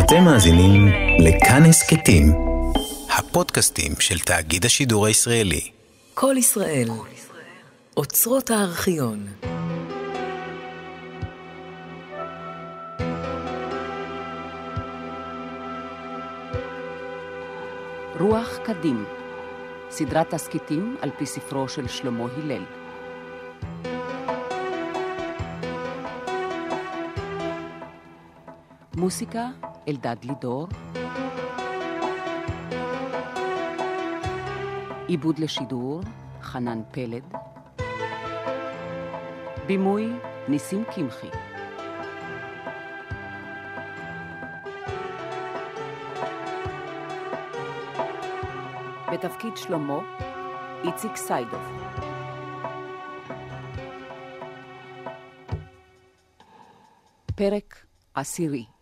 אתם מאזינים לכאן הסכתים, הפודקאסטים של תאגיד השידור הישראלי. כל ישראל, אוצרות הארכיון. רוח קדים, סדרת הסכתים על פי ספרו של שלמה הלל. מוסיקה אלדד לידור, עיבוד לשידור חנן פלד, בימוי ניסים קמחי. בתפקיד שלמה איציק סיידוף. פרק 10.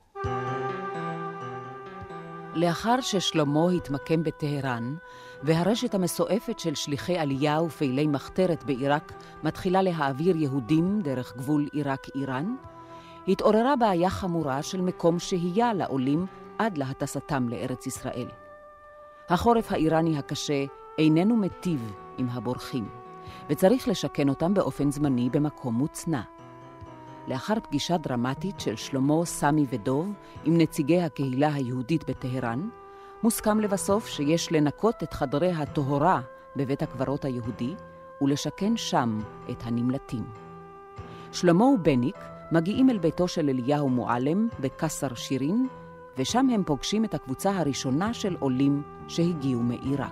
לאחר ששלמה התמקם בטהרן, והרשת המסועפת של שליחי עלייה ופעילי מחתרת בעיראק מתחילה להעביר יהודים דרך גבול עיראק-איראן, התעוררה בעיה חמורה של מקום שהייה לעולים עד להטסתם לארץ ישראל. החורף האיראני הקשה איננו מטיב עם הבורחים, וצריך לשכן אותם באופן זמני במקום מוצנע. לאחר פגישה דרמטית של שלמה, סמי ודוב עם נציגי הקהילה היהודית בטהרן, מוסכם לבסוף שיש לנקות את חדרי הטהרה בבית הקברות היהודי ולשכן שם את הנמלטים. שלמה ובניק מגיעים אל ביתו של אליהו מועלם בקסר שירין, ושם הם פוגשים את הקבוצה הראשונה של עולים שהגיעו מעיראק.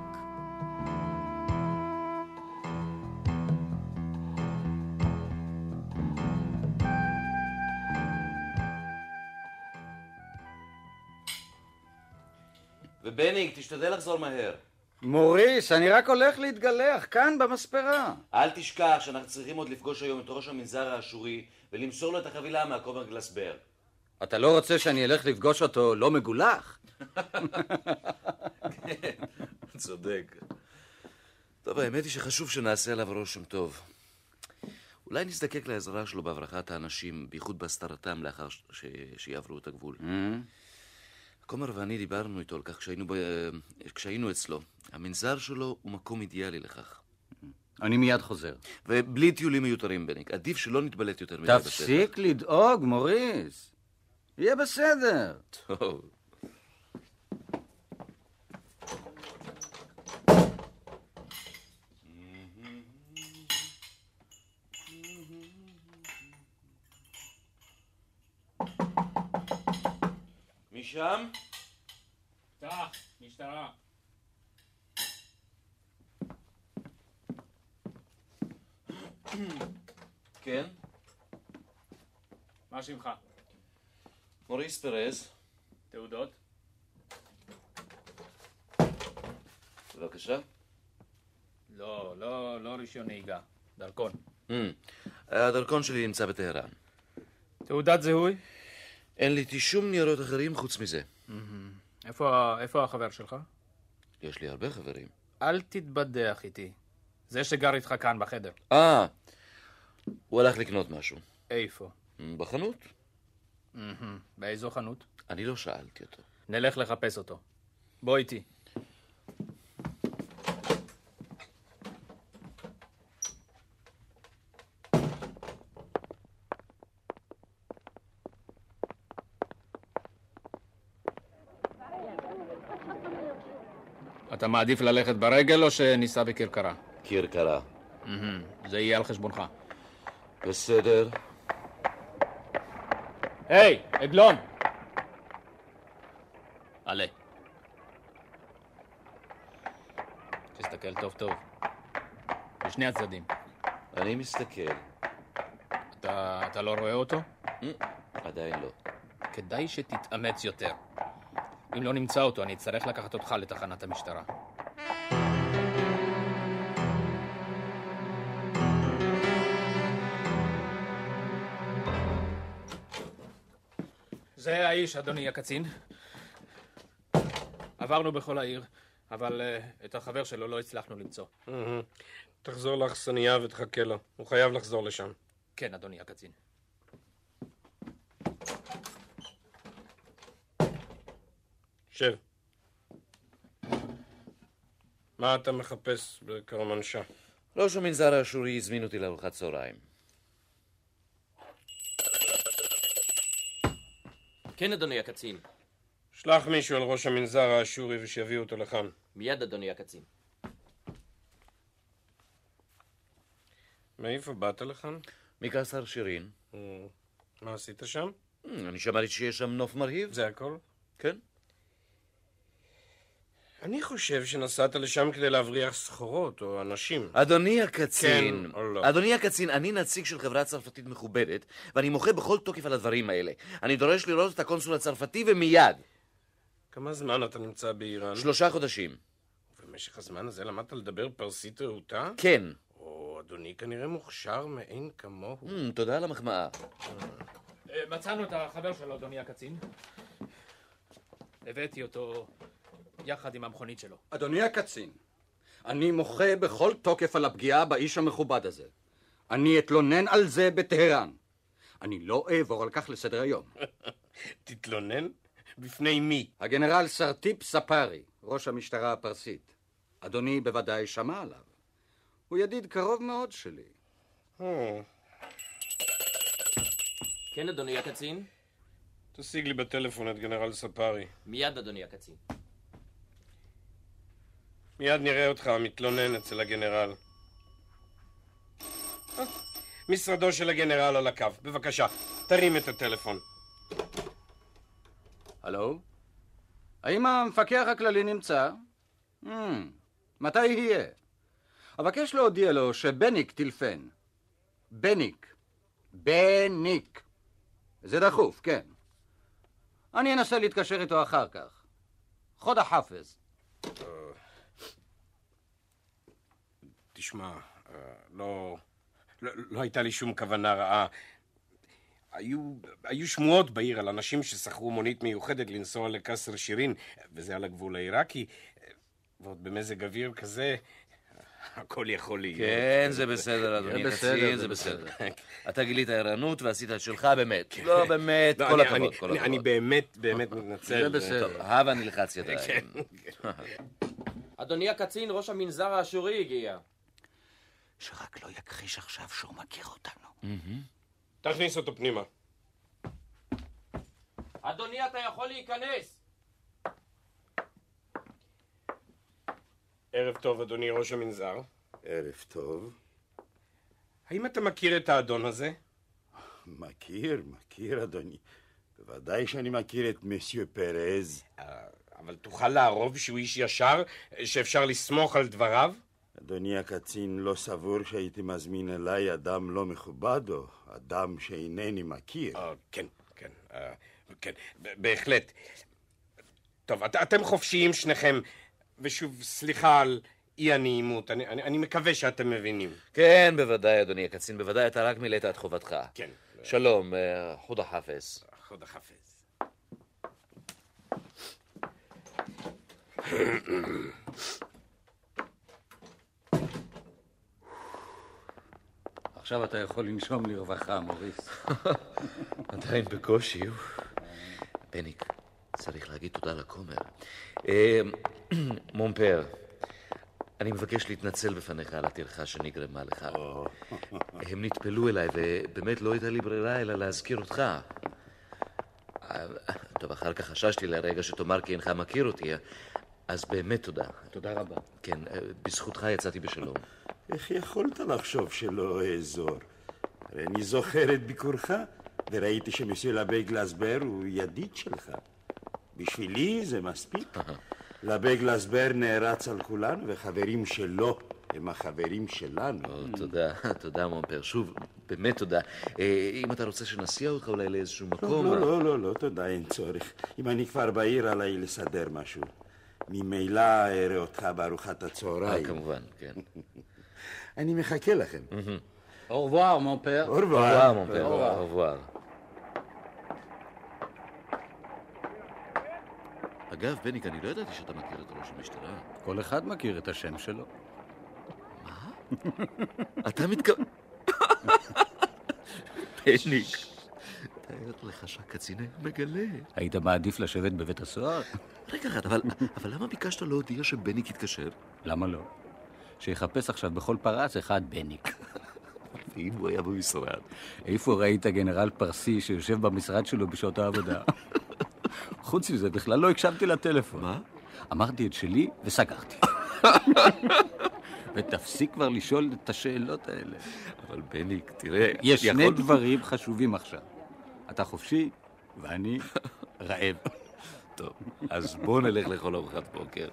ובניק, תשתדל לחזור מהר. מוריס, אני רק הולך להתגלח, כאן במספרה. אל תשכח שאנחנו צריכים עוד לפגוש היום את ראש המנזר האשורי ולמסור לו את החבילה מהכומר גלסבר. אתה לא רוצה שאני אלך לפגוש אותו לא מגולח? כן, צודק. טוב, האמת היא שחשוב שנעשה עליו רושם טוב. אולי נזדקק לעזרה שלו בהברחת האנשים, בייחוד בהסתרתם לאחר שיעברו את הגבול. הכומר ואני דיברנו איתו על כך כשהיינו אצלו. המנזר שלו הוא מקום אידיאלי לכך. אני מיד חוזר. ובלי טיולים מיותרים, בניק. עדיף שלא נתבלט יותר מדי בשטח. תפסיק לדאוג, מוריס. יהיה בסדר. טוב. משם? פתח, משטרה. כן? מה שמך? מוריס פרז. תעודות? בבקשה. לא רישיון נהיגה. דרכון. הדרכון שלי נמצא בטהרן. תעודת זיהוי? אין לי שום ניירות אחרים חוץ מזה. איפה החבר שלך? יש לי הרבה חברים. אל תתבדח איתי. זה שגר איתך כאן בחדר. הוא הלך לקנות משהו. איפה? בחנות. באיזו חנות? אני לא שאלתי אותו. נלך לחפש אותו. בוא איתי. אתה מעדיף ללכת ברגל או שניסע בקרקרה? קרקרה. זה יהיה על חשבונך. בסדר. היי, עגלון! עלה. תסתכל טוב טוב. בשני הצדדים. אני מסתכל. אתה לא רואה אותו? עדיין לא. כדאי שתתאמץ יותר. אם לא נמצא אותו, אני אצטרך לקחת אותך לתחנת המשטרה. זה האיש, אדוני הקצין. עברנו בכל העיר, אבל את החבר שלו לא הצלחנו למצוא. תחזור לאכסניה ותחכה לו. הוא חייב לחזור לשם. כן, אדוני הקצין. שב. מה אתה מחפש בקרמנשה? ראש המנזר האשורי הזמין אותי לארוחת צהריים. כן, אדוני הקצין. שלח מישהו על ראש המנזר האשורי ושיביאו אותו לכאן. מיד, אדוני הקצין. מאיפה באת לכאן? מקסר שירין. מה עשית שם? אני שמעתי שיש שם נוף מרהיב. זה הכל? כן. אני חושב שנסעת לשם כדי להבריח סחורות או אנשים. אדוני הקצין, כן או לא? אדוני הקצין, אני נציג של חברה צרפתית מכובדת, ואני מוחה בכל תוקף על הדברים האלה. אני דורש לראות את הקונסול הצרפתי ומיד. כמה זמן אתה נמצא באיראן? 3 חודשים. ובמשך הזמן הזה למדת לדבר פרסית רהוטה? כן. או, אדוני כנראה מוכשר מאין כמוהו. תודה על המחמאה. מצאנו את החבר שלו, אדוני הקצין. הבאתי אותו יחד עם המכונית שלו. אדוני הקצין, אני מוחה בכל תוקף על הפגיעה באיש המכובד הזה. אני אתלונן על זה בטהרן. אני לא אעבור על כך לסדר היום. תתלונן? בפני מי? הגנרל סרטיפ ספארי, ראש המשטרה הפרסית. אדוני בוודאי שמע עליו. הוא ידיד קרוב מאוד שלי. כן, אדוני הקצין. תשיג לי בטלפון את גנרל ספארי. מיד, אדוני הקצין. מיד נראה אותך מתלונן אצל הגנרל. משרדו של הגנרל על הקו. בבקשה, תרים את הטלפון. הלו? האם המפקח הכללי נמצא? מתי יהיה? אבקש להודיע לו שבניק טלפן. בניק. זה דחוף, כן. אני אנסה להתקשר איתו אחר כך. חודה חפז. תשמע, לא הייתה לי שום כוונה רעה. היו שמועות בעיר על אנשים ששכרו מונית מיוחדת לנסוע לקסר שירין, וזה על הגבול העיראקי, ועוד במזג אוויר כזה, הכל יכול להיות. כן, זה בסדר, אדוני הקצין, זה בסדר. אתה גילית ערנות ועשית את שלך באמת. לא, באמת, כל הכבוד, כל הכבוד. אני באמת מתנצל. זה בסדר. הבה נלחץ ידיים. אדוני הקצין, ראש המנזר האשורי הגיע. שרק לא יכחיש עכשיו שהוא מכיר אותנו. תכניס אותו פנימה. אדוני, אתה יכול להיכנס. ערב טוב, אדוני ראש המנזר. ערב טוב. האם אתה מכיר את האדון הזה? מכיר, אדוני. בוודאי שאני מכיר את מסיו פרז. אבל תוכל לערוב שהוא איש ישר, שאפשר לסמוך על דבריו? אדוני הקצין לא סבור שהייתי מזמין אליי אדם לא מכובד או אדם שאינני מכיר. כן, בהחלט. טוב, אתם חופשיים שניכם, ושוב, סליחה על אי הנעימות, אני מקווה שאתם מבינים. כן, בוודאי, אדוני הקצין, בוודאי אתה רק מילאת את חובתך. כן. שלום, חודה חפז. חודה חפז. עכשיו אתה יכול לנשום לרווחה, מוריס. עדיין בקושי. בניק, צריך להגיד תודה לכומר. מומפר, אני מבקש להתנצל בפניך על הטרחה שנגרמה לך. הם נטפלו אליי ובאמת לא הייתה לי ברירה אלא להזכיר אותך. טוב, אחר כך חששתי לרגע שתאמר כי אינך מכיר אותי, אז באמת תודה. תודה רבה. כן, בזכותך יצאתי בשלום. איך יכולת לחשוב שלא אעזור? הרי אני זוכר את ביקורך, וראיתי שמסיו לבי גלסבר הוא ידיד שלך. בשבילי זה מספיק. לבי גלסבר נערץ על כולנו, וחברים שלו הם החברים שלנו. תודה מומפר, שוב, באמת תודה. אם אתה רוצה שנסיע אותך אולי לאיזשהו מקום... לא, תודה, אין צורך. אם אני כבר בעיר עליי לסדר משהו. ממילא אראה אותך בארוחת הצהריים. כמובן, כן. אני מחכה לכם. Au revoir, mon père. Au revoir, mon père. Au revoir. אגב, בניק, אני לא ידעתי שאתה מכיר את ראש המשטרה. כל אחד מכיר את השם שלו. מה? אתה מתכוון... בניק, תאר לך שהקצין היה מגלה. היית מעדיף לשבת בבית הסוהר? רגע, אבל למה ביקשת להודיע שבניק יתקשר? למה לא? שיחפש עכשיו בכל פרס אחד בניק. ואם הוא היה במשרד? איפה ראית גנרל פרסי שיושב במשרד שלו בשעות העבודה? חוץ מזה, בכלל לא הקשבתי לטלפון. מה? אמרתי את שלי וסגרתי. ותפסיק כבר לשאול את השאלות האלה. אבל בניק, תראה... יש שני דברים חשובים עכשיו. אתה חופשי ואני רעב. טוב, אז בוא נלך לאכול ארוחת בוקר.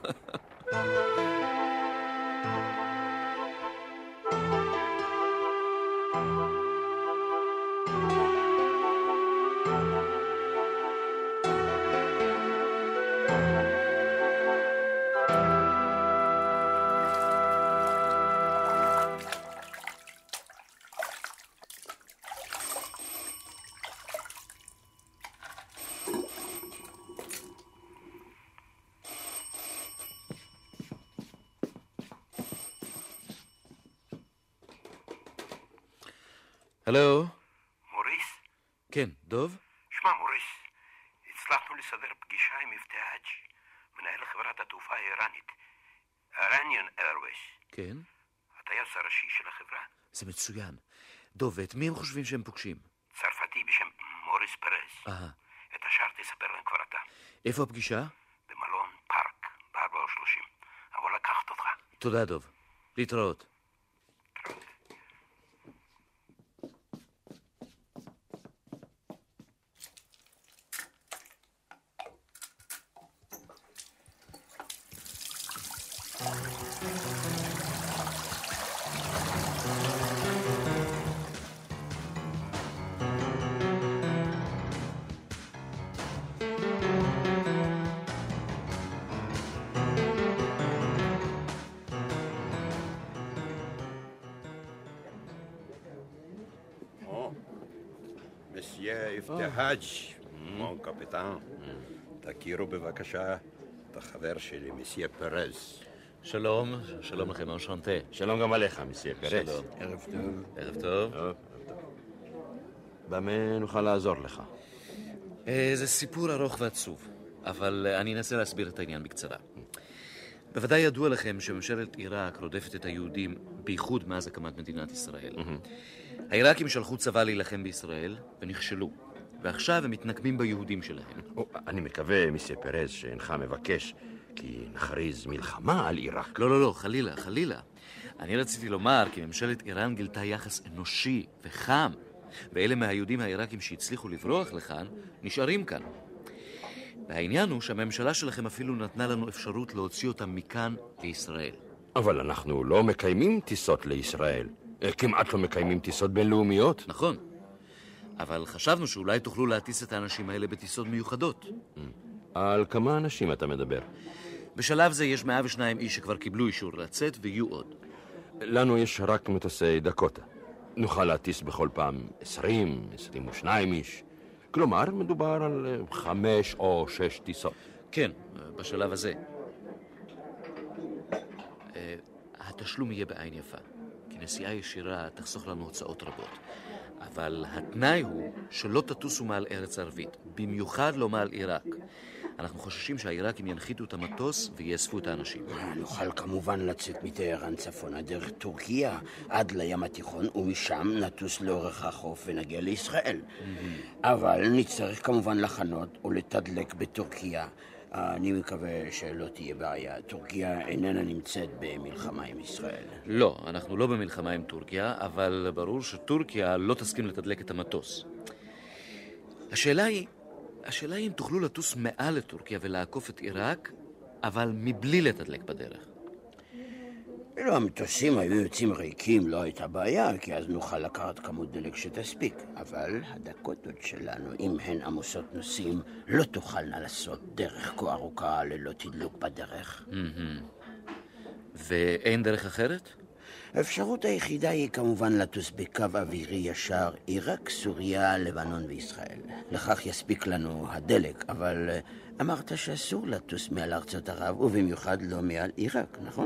הלו? מוריס? כן, דוב? שמע, מוריס, הצלחנו לסדר פגישה עם מבטאג', מנהל חברת התעופה האיראנית, איראניאן איירווייס. כן? הטייס הראשי של החברה. זה מצוין. דוב, ואת מי הם חושבים שהם פוגשים? צרפתי בשם מוריס פרז. את השאר תספר להם כבר אתה. איפה הפגישה? במלון פארק, ב-4:30. אבל לקחת אותך. תודה, דוב. להתראות. מסיה אבטהאג', מון קפיטן, תכירו בבקשה את החבר שלי, מסיה פרז. שלום, שלום לכם, אנשנטה. שלום גם עליך, מסיה פרז. שלום. ערב טוב. ערב טוב. במה נוכל לעזור לך? זה סיפור ארוך ועצוב, אבל אני אנסה להסביר את העניין בקצרה. בוודאי ידוע לכם שממשלת עיראק רודפת את היהודים בייחוד מאז הקמת מדינת ישראל. העיראקים שלחו צבא להילחם בישראל ונכשלו, ועכשיו הם מתנקמים ביהודים שלהם. אני מקווה, מסיה פרז, שאינך מבקש כי נכריז מלחמה על עיראק. לא, חלילה, חלילה. אני רציתי לומר כי ממשלת איראן גילתה יחס אנושי וחם, ואלה מהיהודים העיראקים שהצליחו לברוח לכאן נשארים כאן. והעניין הוא שהממשלה שלכם אפילו נתנה לנו אפשרות להוציא אותם מכאן לישראל. אבל אנחנו לא מקיימים טיסות לישראל. כמעט לא מקיימים טיסות בינלאומיות. נכון. אבל חשבנו שאולי תוכלו להטיס את האנשים האלה בטיסות מיוחדות. על כמה אנשים אתה מדבר? בשלב זה יש 102 איש שכבר קיבלו אישור לצאת ויהיו עוד. לנו יש רק מטוסי דקוטה. נוכל להטיס בכל פעם 20, 22 איש. כלומר, מדובר על 5 או 6 טיסות. כן, בשלב הזה. התשלום יהיה בעין יפה, כי נסיעה ישירה תחסוך לנו הוצאות רבות. אבל התנאי הוא שלא תטוסו מעל ארץ ערבית, במיוחד לא מעל עיראק. אנחנו חוששים שהעיראקים ינחיתו את המטוס ויאספו את האנשים. נוכל כמובן לצאת מטהרן צפונה דרך טורקיה עד לים התיכון, ומשם נטוס לאורך החוף ונגיע לישראל. אבל נצטרך כמובן לחנות או לתדלק בטורקיה. אני מקווה שלא תהיה בעיה. טורקיה איננה נמצאת במלחמה עם ישראל. לא, אנחנו לא במלחמה עם טורקיה, אבל ברור שטורקיה לא תסכים לתדלק את המטוס. השאלה היא אם תוכלו לטוס מעל לטורקיה ולעקוף את עיראק, אבל מבלי לתדלק בדרך. אילו המטוסים היו יוצאים ריקים לא הייתה בעיה, כי אז נוכל לקחת כמות דלק שתספיק. אבל הדקוטות שלנו, אם הן עמוסות נוסעים, לא תוכלנה לעשות דרך כה ארוכה ללא תדלוק בדרך. ואין דרך אחרת? האפשרות היחידה היא כמובן לטוס בקו אווירי ישר, עיראק, סוריה, לבנון וישראל. לכך יספיק לנו הדלק, אבל אמרת שאסור לטוס מעל ארצות ערב, ובמיוחד לא מעל עיראק, נכון?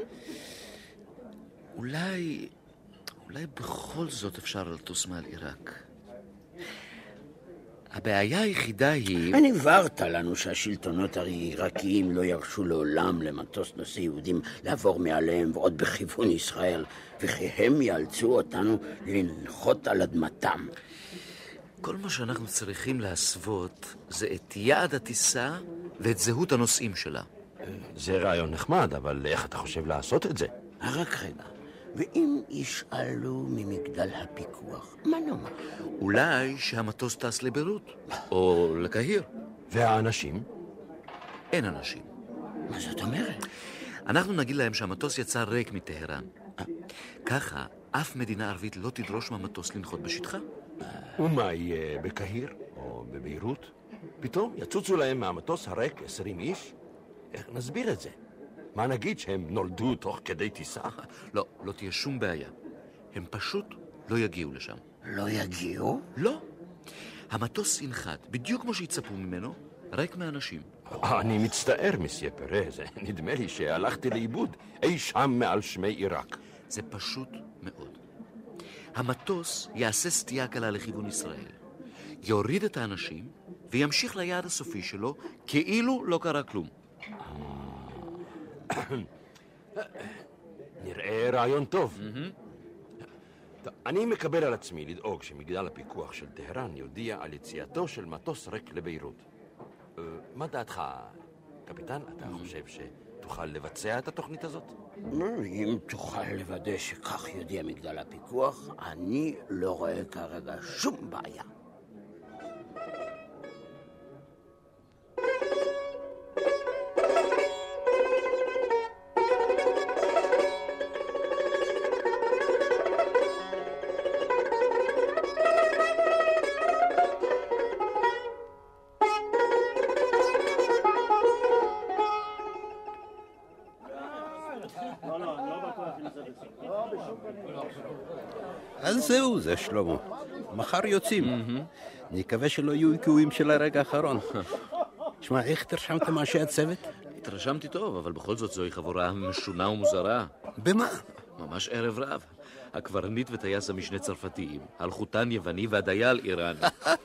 אולי בכל זאת אפשר לטוס מעל עיראק. הבעיה היחידה היא... הבהרת לנו שהשלטונות העיראקיים לא ירשו לעולם למטוס נושאי יהודים לעבור מעליהם ועוד בכיוון ישראל, וכי הם יאלצו אותנו לנחות על אדמתם. כל מה שאנחנו צריכים להסוות זה את יעד הטיסה ואת זהות הנוסעים שלה. זה רעיון נחמד, אבל איך אתה חושב לעשות את זה? רק רגע, ואם ישאלו ממגדל הפיקוח, מה נאמר? אולי שהמטוס טס לביירות, או לקהיר. והאנשים? אין אנשים. מה זאת אומרת? אנחנו נגיד להם שהמטוס יצא ריק מטהרן. ככה, אף מדינה ערבית לא תדרוש מהמטוס לנחות בשטחה. ומה יהיה בקהיר או בביירות? פתאום יצוצו להם מהמטוס הריק 20 איש? איך נסביר את זה? מה נגיד, שהם נולדו תוך כדי טיסה? לא, לא תהיה שום בעיה. הם פשוט לא יגיעו לשם. לא יגיעו? לא. המטוס ינחת, בדיוק כמו שיצפו ממנו, ריק מאנשים. אני מצטער, מסיה פרז. נדמה לי שהלכתי לאיבוד אי שם מעל שמי עיראק. זה פשוט מאוד. המטוס יעשה סטייה קלה לכיוון ישראל, יוריד את האנשים וימשיך ליעד הסופי שלו כאילו לא קרה כלום. נראה רעיון טוב. אני מקבל על עצמי לדאוג שמגדל הפיקוח של טהרן יודיע על יציאתו של מטוס ריק לביירות. מה דעתך, קפיטן? אתה חושב שתוכל לבצע את התוכנית הזאת? אם תוכל לוודא שכך יודיע מגדל הפיקוח, אני לא רואה כרגע שום בעיה. אז זהו זה, שלמה. מחר יוצאים. נקווה שלא יהיו עיכובים של הרגע האחרון. שמע, איך תרשמת מאנשי הצוות? התרשמתי טוב, אבל בכל זאת זוהי חבורה משונה ומוזרה. במה? ממש ערב רב. הקברניט וטייס המשנה צרפתיים, הלחותן יווני והדייל איראני.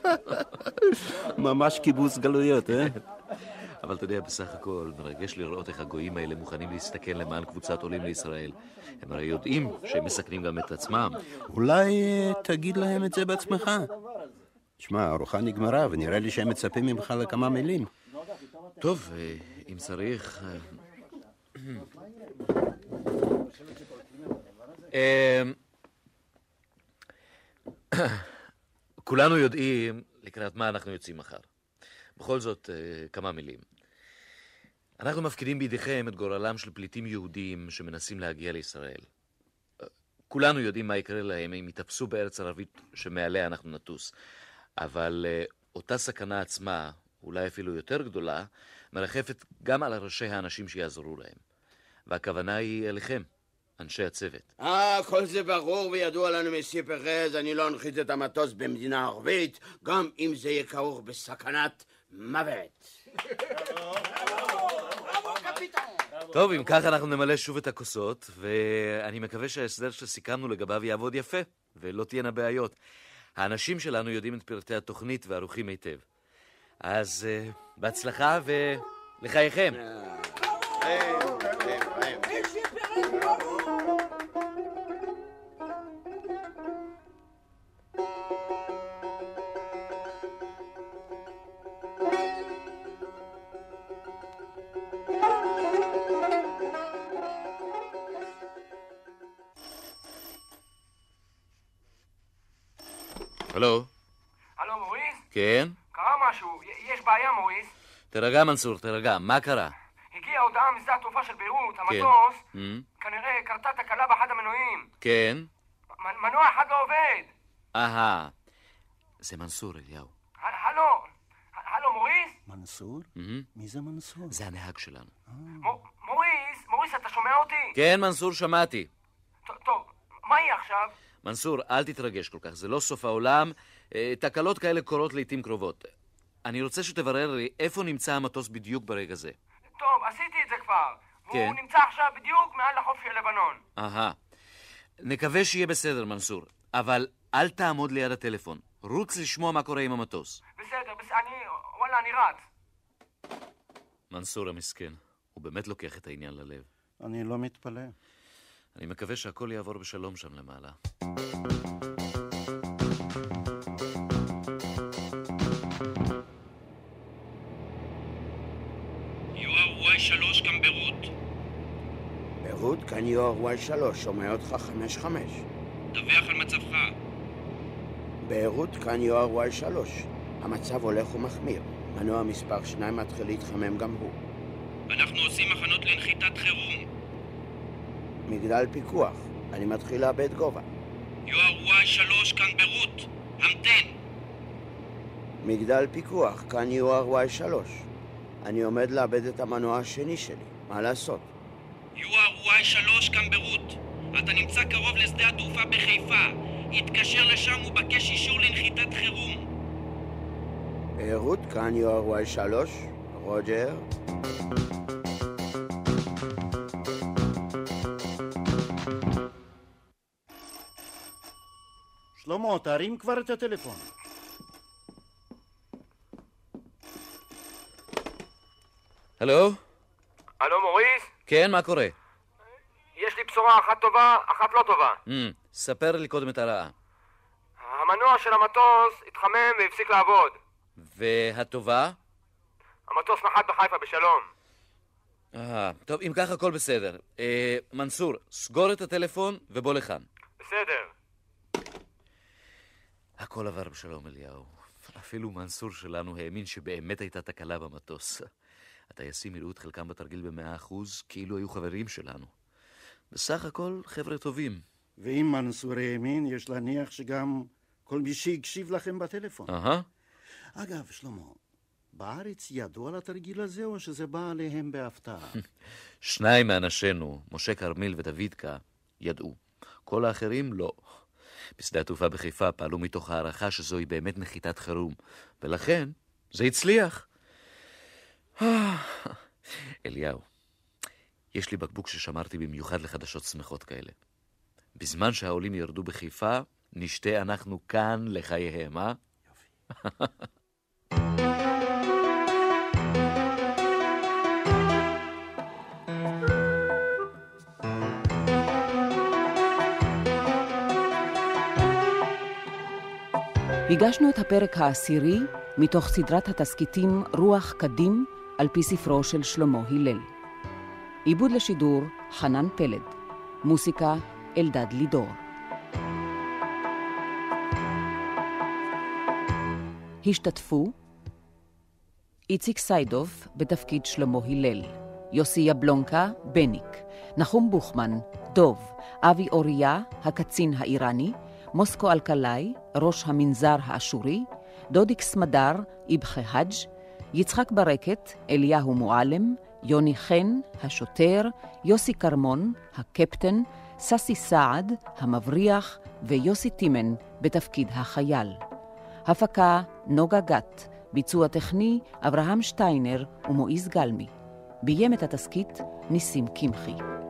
ממש קיבוץ גלויות, אה? אבל אתה יודע, בסך הכל מרגש לראות איך הגויים האלה מוכנים להסתכן למען קבוצת עולים לישראל. הם הרי יודעים שהם מסכנים גם את עצמם. אולי תגיד להם את זה בעצמך. שמע, הארוחה נגמרה ונראה לי שהם מצפים ממך לכמה מילים. טוב, אם צריך... כולנו יודעים לקראת מה אנחנו יוצאים מחר. בכל זאת, כמה מילים. אנחנו מפקידים בידיכם את גורלם של פליטים יהודים שמנסים להגיע לישראל. כולנו יודעים מה יקרה להם אם יתאפסו בארץ ערבית שמעליה אנחנו נטוס. אבל אותה סכנה עצמה, אולי אפילו יותר גדולה, מרחפת גם על ראשי האנשים שיעזרו להם. והכוונה היא אליכם, אנשי הצוות. כל זה ברור וידוע לנו, מסי פרז. אני לא אנחית את המטוס במדינה ערבית, גם אם זה יהיה כרוך בסכנת מוות. טוב, אם כך אנחנו נמלא שוב את הכוסות, ואני מקווה שההסדר שסיכמנו לגביו יעבוד יפה, ולא תהיינה בעיות. האנשים שלנו יודעים את פרטי התוכנית וערוכים היטב. אז בהצלחה ולחייכם. הלו? הלו, מוריס? כן? קרה משהו, יש בעיה, מוריס. תרגע, מנסור, תרגע. מה קרה? הגיעה הודעה משדה התעופה של ביירות, המטוס, כן. כנראה קרתה תקלה באחד המנועים. כן? מנוע אחד לא עובד. זה מנסור, אליהו. הלו, מוריס? מנסור? מי זה מנסור? זה הנהג שלנו. מוריס, אתה שומע אותי? כן, מנסור, שמעתי. טוב, מה יהיה עכשיו? מנסור, אל תתרגש כל כך, זה לא סוף העולם. תקלות כאלה קורות לעתים קרובות. אני רוצה שתברר לי איפה נמצא המטוס בדיוק ברגע זה. טוב, עשיתי את זה כבר. כן. והוא נמצא עכשיו בדיוק מעל לחוף של לבנון. נקווה שיהיה בסדר, מנסור. אבל אל תעמוד ליד הטלפון. רוץ לשמוע מה קורה עם המטוס. בסדר, וואלה, אני רץ. מנסור המסכן, הוא באמת לוקח את העניין ללב. אני לא מתפלא. אני מקווה שהכל יעבור בשלום שם למעלה. יואר Y3 כאן ביירות. ביירות, כאן יואר Y3, שומע אותך 5-5. דווח על מצבך. ביירות, כאן יואר Y3. המצב הולך ומחמיר. מנוע מספר 2 מתחיל להתחמם גם הוא. אנחנו עושים הכנות לנחיתת חירום. מגדל פיקוח, אני מתחיל לאבד גובה. יואר Y3 כאן ביירות, המתן. מגדל פיקוח, כאן יואר Y3. אני עומד לאבד את המנוע השני שלי, מה לעשות? יואר Y3 כאן ביירות, אתה נמצא קרוב לשדה התעופה בחיפה. התקשר לשם ובקש אישור לנחיתת חירום. ביירות, כאן יואר Y3, רוג'ר. שלמה, תרים כבר את הטלפון. הלו? הלו, מוריס? כן, מה קורה? יש לי בשורה אחת טובה, אחת לא טובה. ספר לי קודם את הרעה. המנוע של המטוס התחמם והפסיק לעבוד. והטובה? המטוס נחת בחיפה בשלום. טוב, אם ככה הכל בסדר. מנסור, סגור את הטלפון ובוא לכאן. בסדר. הכל עבר בשלום, אליהו. אפילו מנסור שלנו האמין שבאמת הייתה תקלה במטוס. הטייסים הראו את חלקם בתרגיל ב100%, כאילו היו חברים שלנו. בסך הכל חבר'ה טובים. ואם מנסור האמין, יש להניח שגם כל מי שהקשיב לכם בטלפון. אגב, שלמה, בארץ ידעו על התרגיל הזה או שזה בא עליהם בהפתעה? שניים מאנשינו, משה קרמיל ודוידקה, ידעו. כל האחרים לא. בשדה התעופה בחיפה פעלו מתוך הערכה שזוהי באמת נחיתת חירום, ולכן זה הצליח. אליהו, יש לי בקבוק ששמרתי במיוחד לחדשות שמחות כאלה. בזמן שהעולים ירדו בחיפה, נשתה אנחנו כאן לחייהם, אה? יופי. הגשנו את הפרק העשירי מתוך סדרת התסקיטים רוח קדים על פי ספרו של שלמה הלל. עיבוד לשידור חנן פלד, מוסיקה אלדד לידור. השתתפו איציק סיידוב בתפקיד שלמה הלל, יוסי יבלונקה בניק, נחום בוחמן דוב, אבי אוריה הקצין האיראני, מוסקו אלקלעי ראש המנזר האשורי, דודיק סמדר איבחי הג', יצחק ברקת אליהו מועלם, יוני חן השוטר, יוסי קרמון הקפטן, ססי סעד המבריח ויוסי טימן בתפקיד החייל. הפקה נוגה גת, ביצוע טכני אברהם שטיינר ומועיז גלמי. ביים את התסקית ניסים קמחי.